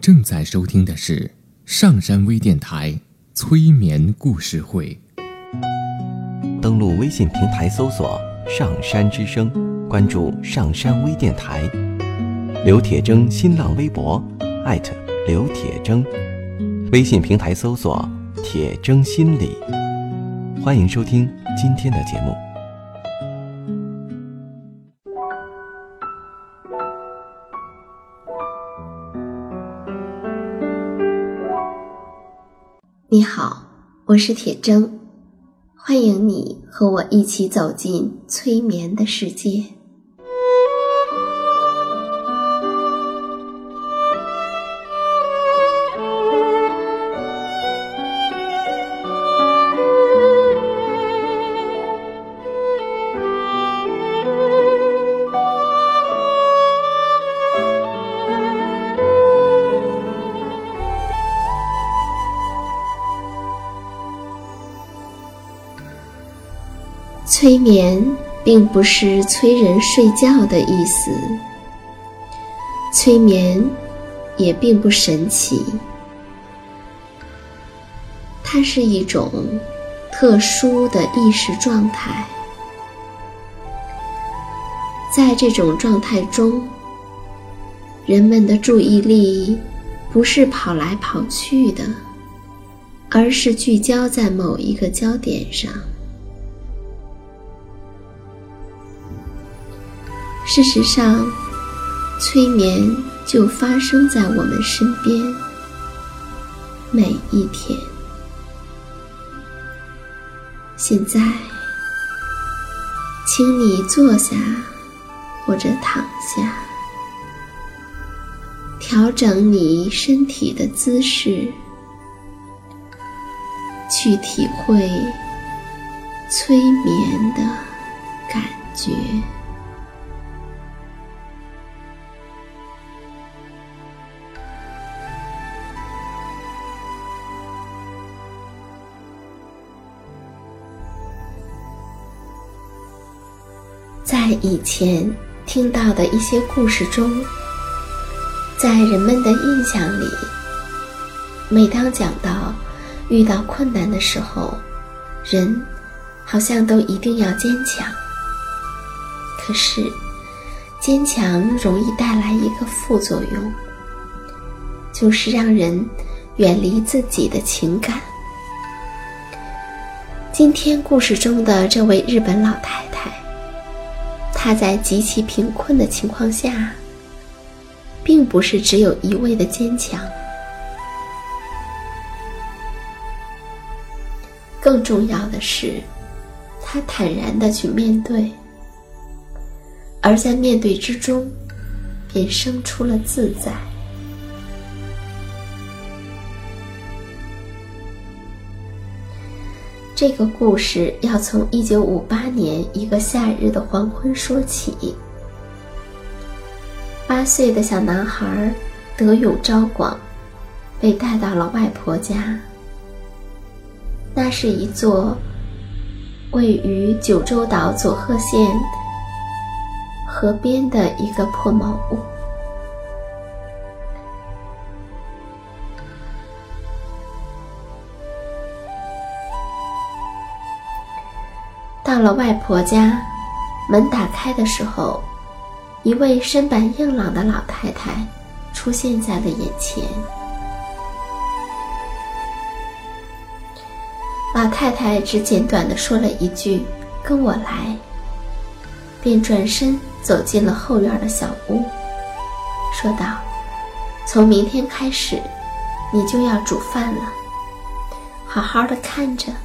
正在收听的是上山微电台催眠故事会。 登录微信平台搜索上山之声，关注上山微电台，刘铁铮新浪微博刘铁铮，微信平台搜索铁铮心理。欢迎收听今天的节目。 你好，我是铁铮，欢迎你和我一起走进催眠的世界。催眠并不是催人睡觉的意思，催眠也并不神奇，它是一种特殊的意识状态。在这种状态中，人们的注意力不是跑来跑去的，而是聚焦在某一个焦点上。事实上，催眠就发生在我们身边，每一天。现在，请你坐下或者躺下，调整你身体的姿势，去体会催眠的感觉。在以前听到的一些故事中，在人们的印象里，每当讲到遇到困难的时候，人好像都一定要坚强。可是坚强容易带来一个副作用，就是让人远离自己的情感。今天故事中的这位日本老太太，她在极其贫困的情况下，并不是只有一味的坚强，更重要的是，她坦然地去面对，而在面对之中，便生出了自在。这个故事要从1958年一个夏日的黄昏说起。8岁的小男孩德永昭广被带到了外婆家，那是一座位于九州岛佐贺县河边的一个破茅屋。到了外婆家，门打开的时候，一位身板硬朗的老太太出现在了眼前。老太太只简短地说了一句“跟我来”，便转身走进了后院的小屋，说道：“从明天开始，你就要煮饭了，好好的看着。”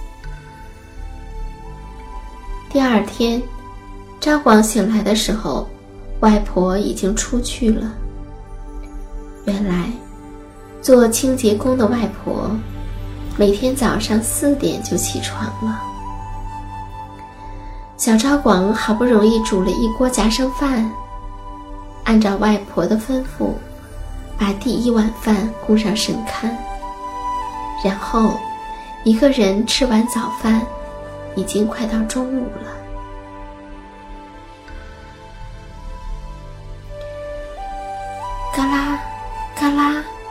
第二天，昭广醒来的时候，外婆已经出去了。原来，做清洁工的外婆，每天早上4点就起床了。小昭广好不容易煮了一锅夹生饭，按照外婆的吩咐，把第1碗饭供上神龛，然后一个人吃完早饭，已经快到中午了。嘎啦嘎啦，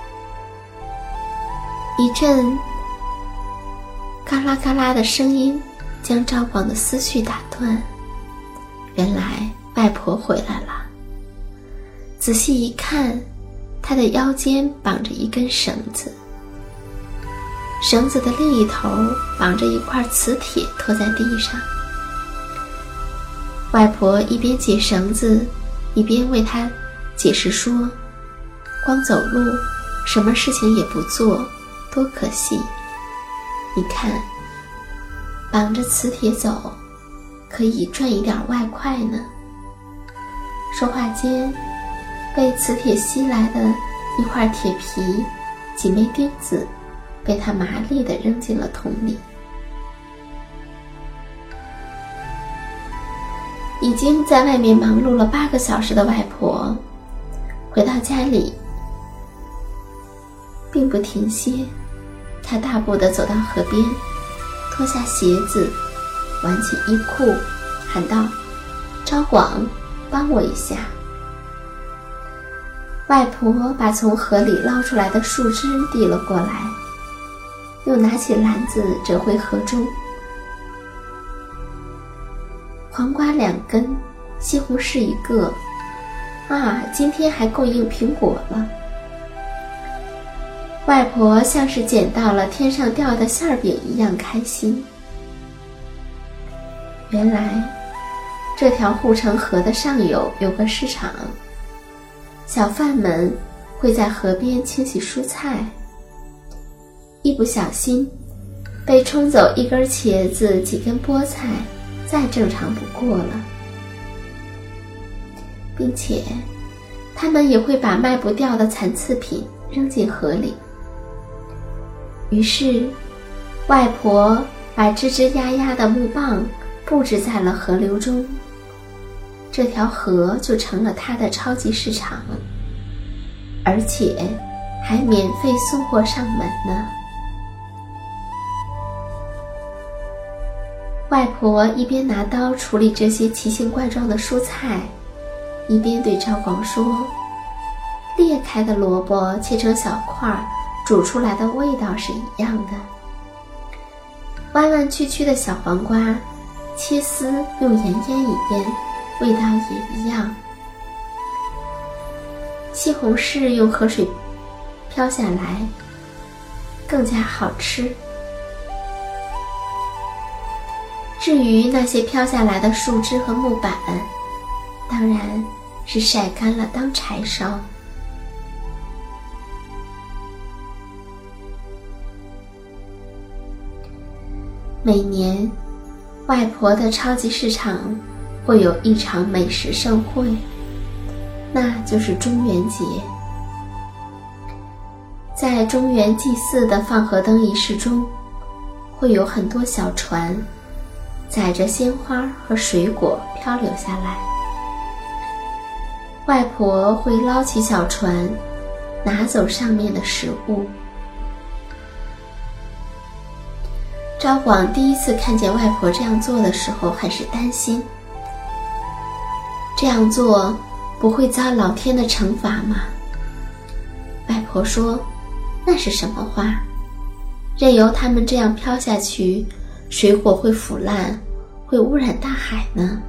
一阵嘎啦嘎啦的声音将赵广的思绪打断。原来外婆回来了。仔细一看，她的腰间绑着一根绳子，绳子的另一头绑着一块磁铁拖在地上。外婆一边解绳子，一边为她解释说，光走路什么事情也不做多可惜，你看绑着磁铁走可以赚一点外快呢。说话间，被磁铁吸来的一块铁皮、几枚钉子被他麻利地扔进了桶里。已经在外面忙碌了8个小时的外婆回到家里并不停歇，她大步地走到河边，脱下鞋子，挽起衣裤，喊道：赵广，帮我一下。外婆把从河里捞出来的树枝递了过来，又拿起篮子折回河中。黄瓜2根，西红柿1个，啊，今天还供应苹果了。外婆像是捡到了天上掉的馅饼一样开心。原来这条护城河的上游有个市场，小贩们会在河边清洗蔬菜，一不小心被冲走1根茄子、几根菠菜，再正常不过了。并且他们也会把卖不掉的残次品扔进河里。于是外婆把吱吱呀呀的木棒布置在了河流中，这条河就成了她的超级市场，而且还免费送货上门呢。外婆一边拿刀处理这些奇形怪状的蔬菜，一边对赵广说，裂开的萝卜切成小块，煮出来的味道是一样的。弯弯曲曲的小黄瓜切丝用盐腌一腌，味道也一样。西红柿用河水飘下来更加好吃。至于那些飘下来的树枝和木板，当然是晒干了当柴烧。每年外婆的超级市场会有一场美食盛会，那就是中元节。在中元祭祀的放河灯仪式中，会有很多小船载着鲜花和水果漂流下来，外婆会捞起小船，拿走上面的食物。赵广第一次看见外婆这样做的时候，很是担心，这样做不会遭老天的惩罚吗？外婆说，那是什么话？任由它们这样飘下去，水果会腐烂，会污染大海呢。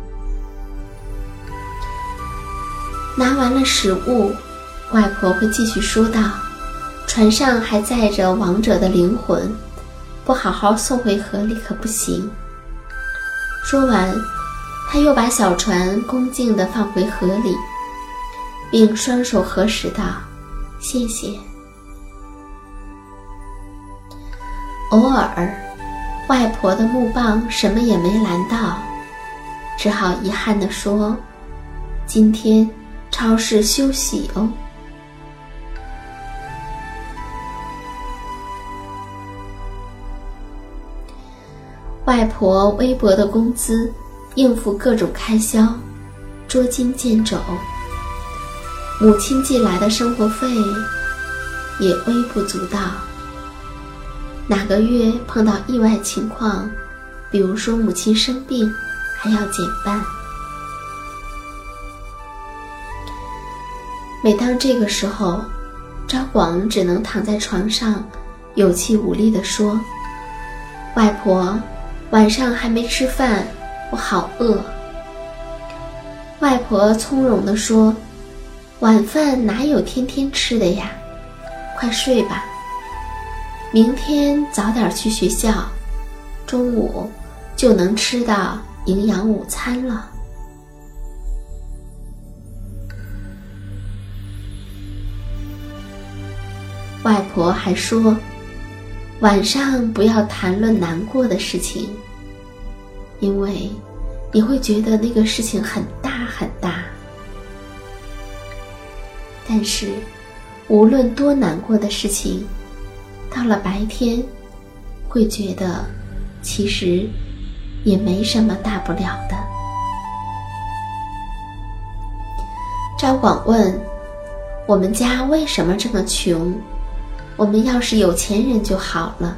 拿完了食物，外婆会继续说道，船上还载着亡者的灵魂，不好好送回河里可不行。说完，她又把小船恭敬地放回河里，并双手合十道，谢谢。偶尔外婆的木棒什么也没拦到，只好遗憾地说，今天超市休息哦。外婆微薄的工资应付各种开销，捉襟见肘，母亲寄来的生活费也微不足道。哪个月碰到意外情况，比如说母亲生病，还要减半。每当这个时候，赵广只能躺在床上有气无力地说：“外婆，晚上还没吃饭，我好饿。”外婆从容地说：“晚饭哪有天天吃的呀？快睡吧，明天早点去学校，中午就能吃到营养午餐了。”外婆还说，晚上不要谈论难过的事情，因为你会觉得那个事情很大很大。但是无论多难过的事情，到了白天会觉得其实也没什么大不了的。赵广问：“我们家为什么这么穷？我们要是有钱人就好了。”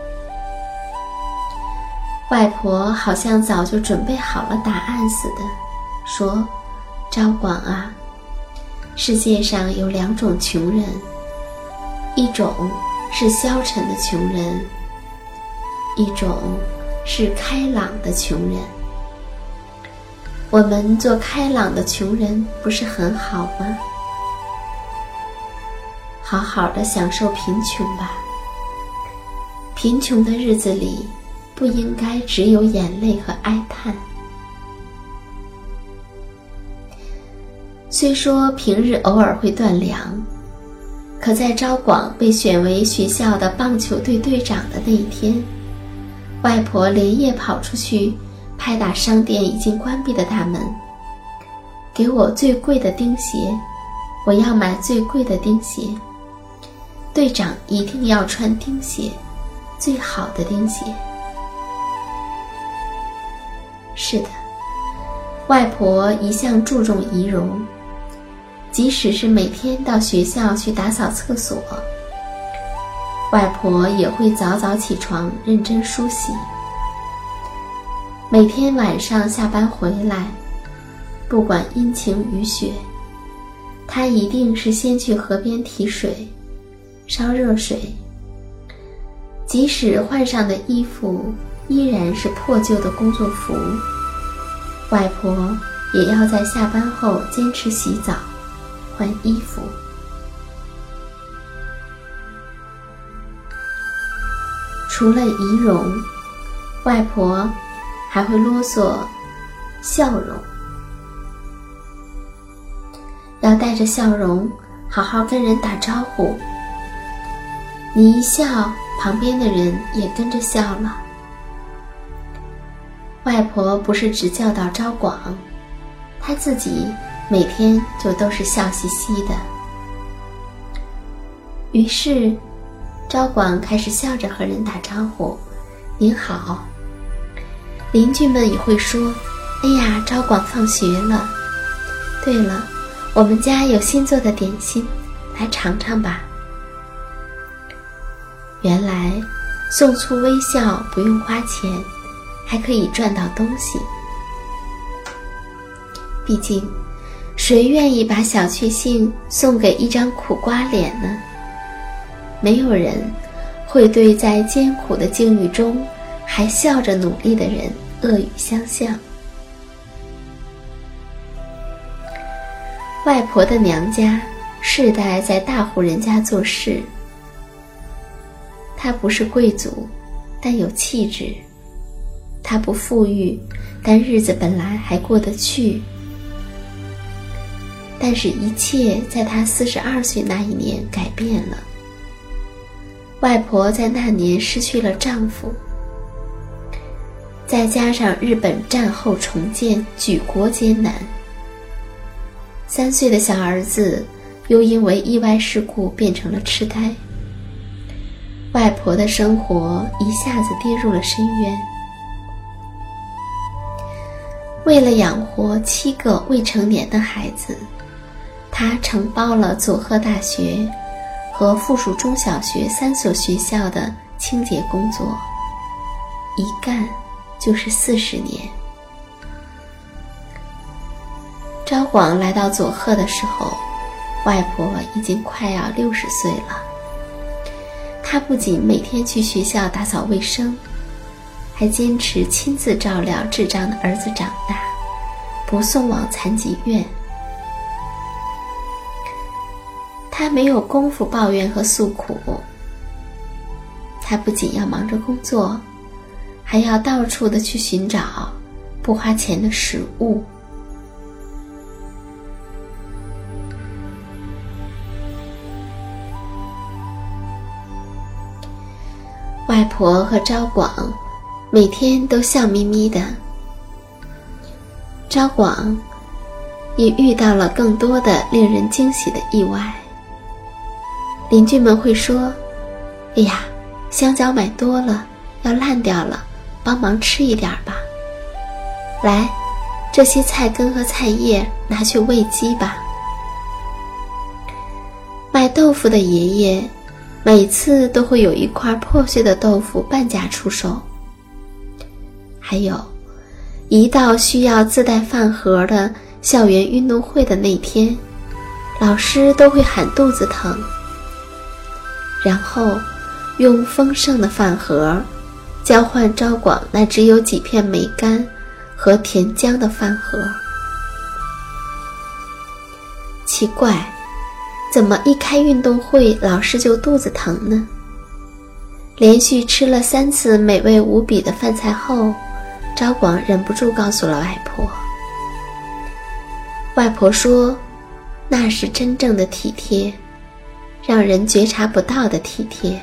外婆好像早就准备好了答案似的，说：“赵广啊，世界上有2种穷人，一种是消沉的穷人，一种是开朗的穷人。我们做开朗的穷人不是很好吗？好好的享受贫穷吧。贫穷的日子里，不应该只有眼泪和哀叹。”虽说平日偶尔会断粮，可在赵广被选为学校的棒球队队长的那一天，外婆连夜跑出去拍打商店已经关闭的大门，给我最贵的钉鞋，我要买最贵的钉鞋，队长一定要穿钉鞋，最好的钉鞋。是的，外婆一向注重仪容，即使是每天到学校去打扫厕所，外婆也会早早起床认真梳洗。每天晚上下班回来，不管阴晴雨雪，她一定是先去河边提水，烧热水。即使换上的衣服依然是破旧的工作服，外婆也要在下班后坚持洗澡换衣服。除了仪容，外婆还会啰嗦笑容，要带着笑容好好跟人打招呼。你一笑，旁边的人也跟着笑了。外婆不是只教导赵广，她自己每天就都是笑嘻嘻的。于是赵广开始笑着和人打招呼：“您好。”邻居们也会说：“哎呀，赵广放学了。对了，我们家有新做的点心，来尝尝吧。”原来送出微笑不用花钱，还可以赚到东西。毕竟谁愿意把小确幸送给一张苦瓜脸呢？没有人会对在艰苦的境遇中还笑着努力的人恶语相向。外婆的娘家世代在大户人家做事，她不是贵族，但有气质；她不富裕，但日子本来还过得去。但是一切在她42岁那一年改变了。外婆在那年失去了丈夫，再加上日本战后重建，举国艰难，3岁的小儿子又因为意外事故变成了痴呆。外婆的生活一下子跌入了深渊。为了养活7个未成年的孩子，她承包了佐贺大学和附属中小学3所学校的清洁工作，一干就是40年。赵广来到佐贺的时候，外婆已经快要60岁了。 他不仅每天去学校打扫卫生，还坚持亲自照料智障的儿子长大，不送往残疾院。他没有功夫抱怨和诉苦，他不仅要忙着工作，还要到处的去寻找不花钱的食物。外婆和昭广每天都笑眯眯的，昭广也遇到了更多的令人惊喜的意外。邻居们会说：哎呀，香蕉买多了，要烂掉了，帮忙吃一点吧。来，这些菜根和菜叶拿去喂鸡吧。卖豆腐的爷爷每次都会有一块破碎的豆腐半价出售。还有，一到需要自带饭盒的校园运动会的那天，老师都会喊肚子疼，然后用丰盛的饭盒交换昭广那只有几片梅干和甜浆的饭盒。奇怪，怎么一开运动会老师就肚子疼呢？连续吃了3次美味无比的饭菜后，昭广忍不住告诉了外婆。外婆说，那是真正的体贴，让人觉察不到的体贴。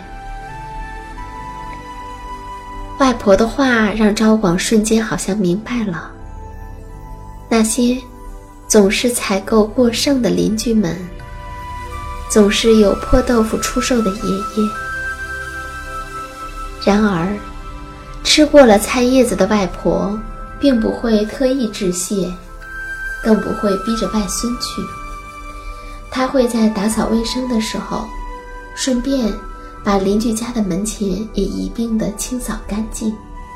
外婆的话让昭广瞬间好像明白了，那些总是采购过剩的邻居们，总是有破豆腐出售的爷爷。然而，吃过了菜叶子的外婆并不会特意致谢，更不会逼着外孙去。她会在打扫卫生的时候，顺便把邻居家的门前也一并的清扫干净。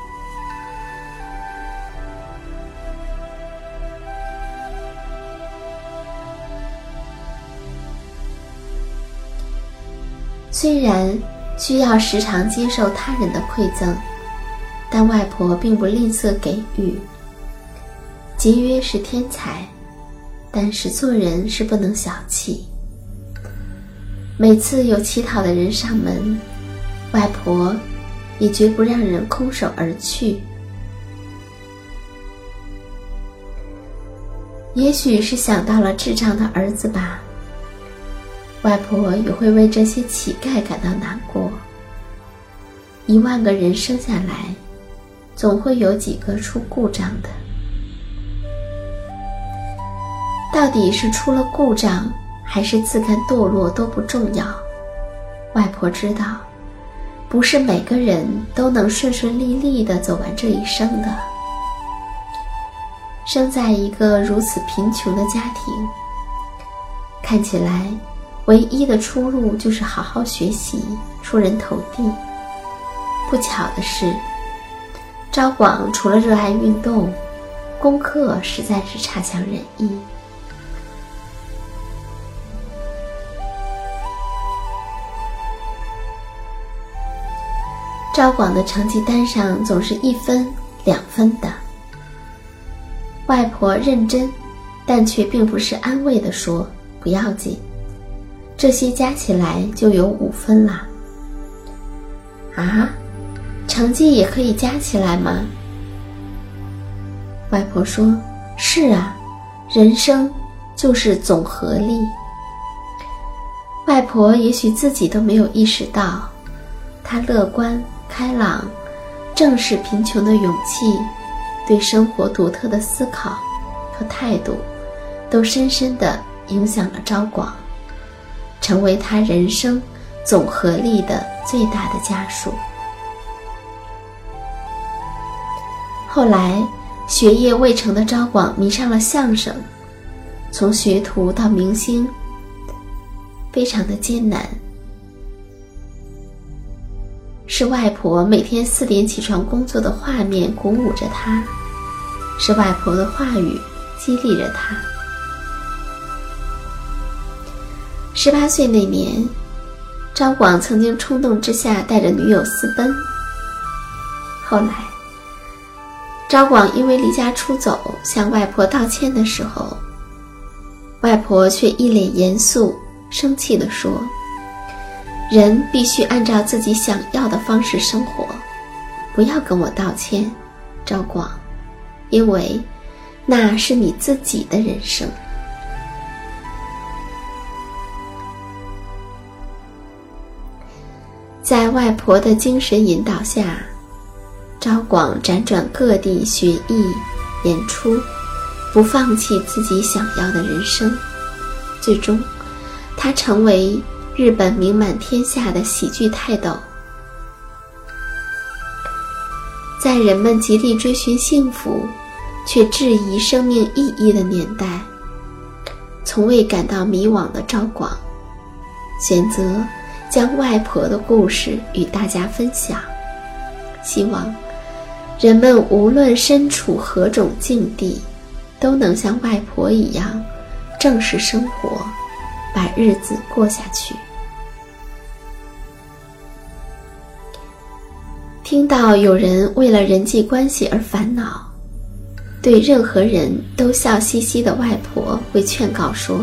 虽然需要时常接受他人的馈赠，但外婆并不吝啬给予。节约是天才，但是做人是不能小气。每次有乞讨的人上门，外婆也绝不让人空手而去。也许是想到了智障的儿子吧，外婆也会为这些乞丐感到难过。10000个人生下来，总会有几个出故障的。到底是出了故障，还是自甘堕落都不重要。外婆知道，不是每个人都能顺顺利利地走完这一生的。生在一个如此贫穷的家庭，看起来唯一的出路就是好好学习，出人头地。不巧的是，昭广除了热爱运动，功课实在是差强人意。昭广的成绩单上总是1分、2分的。外婆认真，但却并不是安慰地说，不要紧，这些加起来就有5分啦。啊，成绩也可以加起来吗？外婆说，是啊，人生就是总和力。外婆也许自己都没有意识到，她乐观开朗，正视贫穷的勇气，对生活独特的思考和态度，都深深地影响了昭广，成为他人生总和力的最大的家属。后来，学业未成的昭广迷上了相声，从学徒到明星，非常的艰难。是外婆每天4点起床工作的画面鼓舞着他，是外婆的话语激励着他。18岁那年， 赵广曾经冲动之下带着女友私奔，后来赵广因为离家出走向外婆道歉的时候，外婆却一脸严肃生气地说，人必须按照自己想要的方式生活，不要跟我道歉，赵广，因为那是你自己的人生。在外婆的精神引导下，赵广辗转各地学艺演出，不放弃自己想要的人生。最终他成为日本名满天下的喜剧泰斗。在人们极力追寻幸福却质疑生命意义的年代，从未感到迷惘的赵广选择将外婆的故事与大家分享，希望人们无论身处何种境地，都能像外婆一样正视生活，把日子过下去。听到有人为了人际关系而烦恼，对任何人都笑嘻嘻的外婆会劝告说，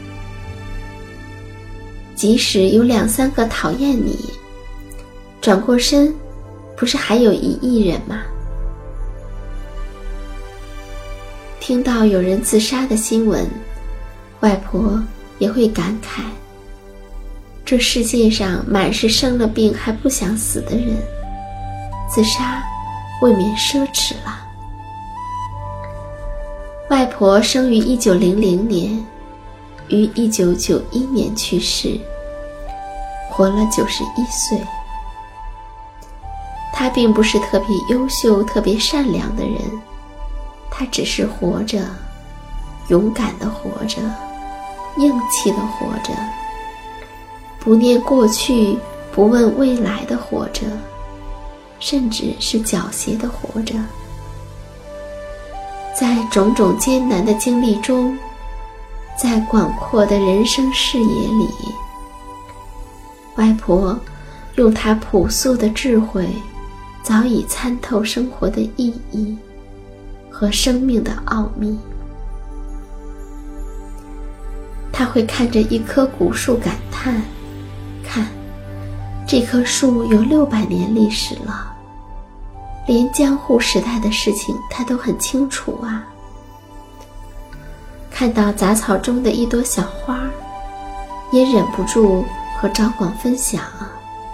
即使有2-3个讨厌你，转过身不是还有1亿人吗？听到有人自杀的新闻，外婆也会感慨，这世界上满是生了病还不想死的人，自杀未免奢侈了。外婆生于1900年，于1991年去世，活了91岁。她并不是特别优秀、特别善良的人，她只是活着，勇敢地活着，硬气地活着，不念过去，不问未来地活着，甚至是狡黠地活着。在种种艰难的经历中，在广阔的人生视野里，外婆用她朴素的智慧，早已参透生活的意义和生命的奥秘。她会看着一棵古树感叹，看，这棵树有600年历史了，连江户时代的事情她都很清楚啊。看到杂草中的一朵小花，也忍不住和赵广分享啊。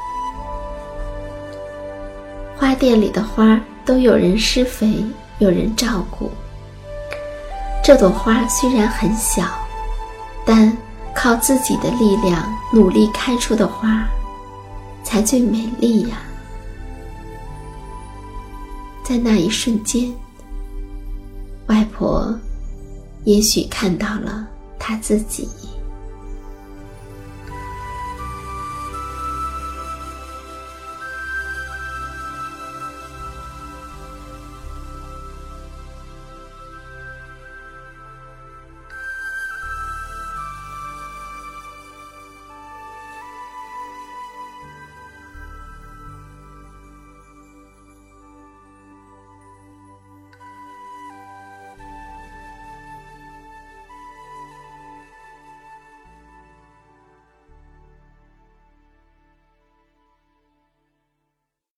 花店里的花都有人施肥，有人照顾。这朵花虽然很小，但靠自己的力量努力开出的花才最美丽呀。在那一瞬间，外婆也许看到了她自己。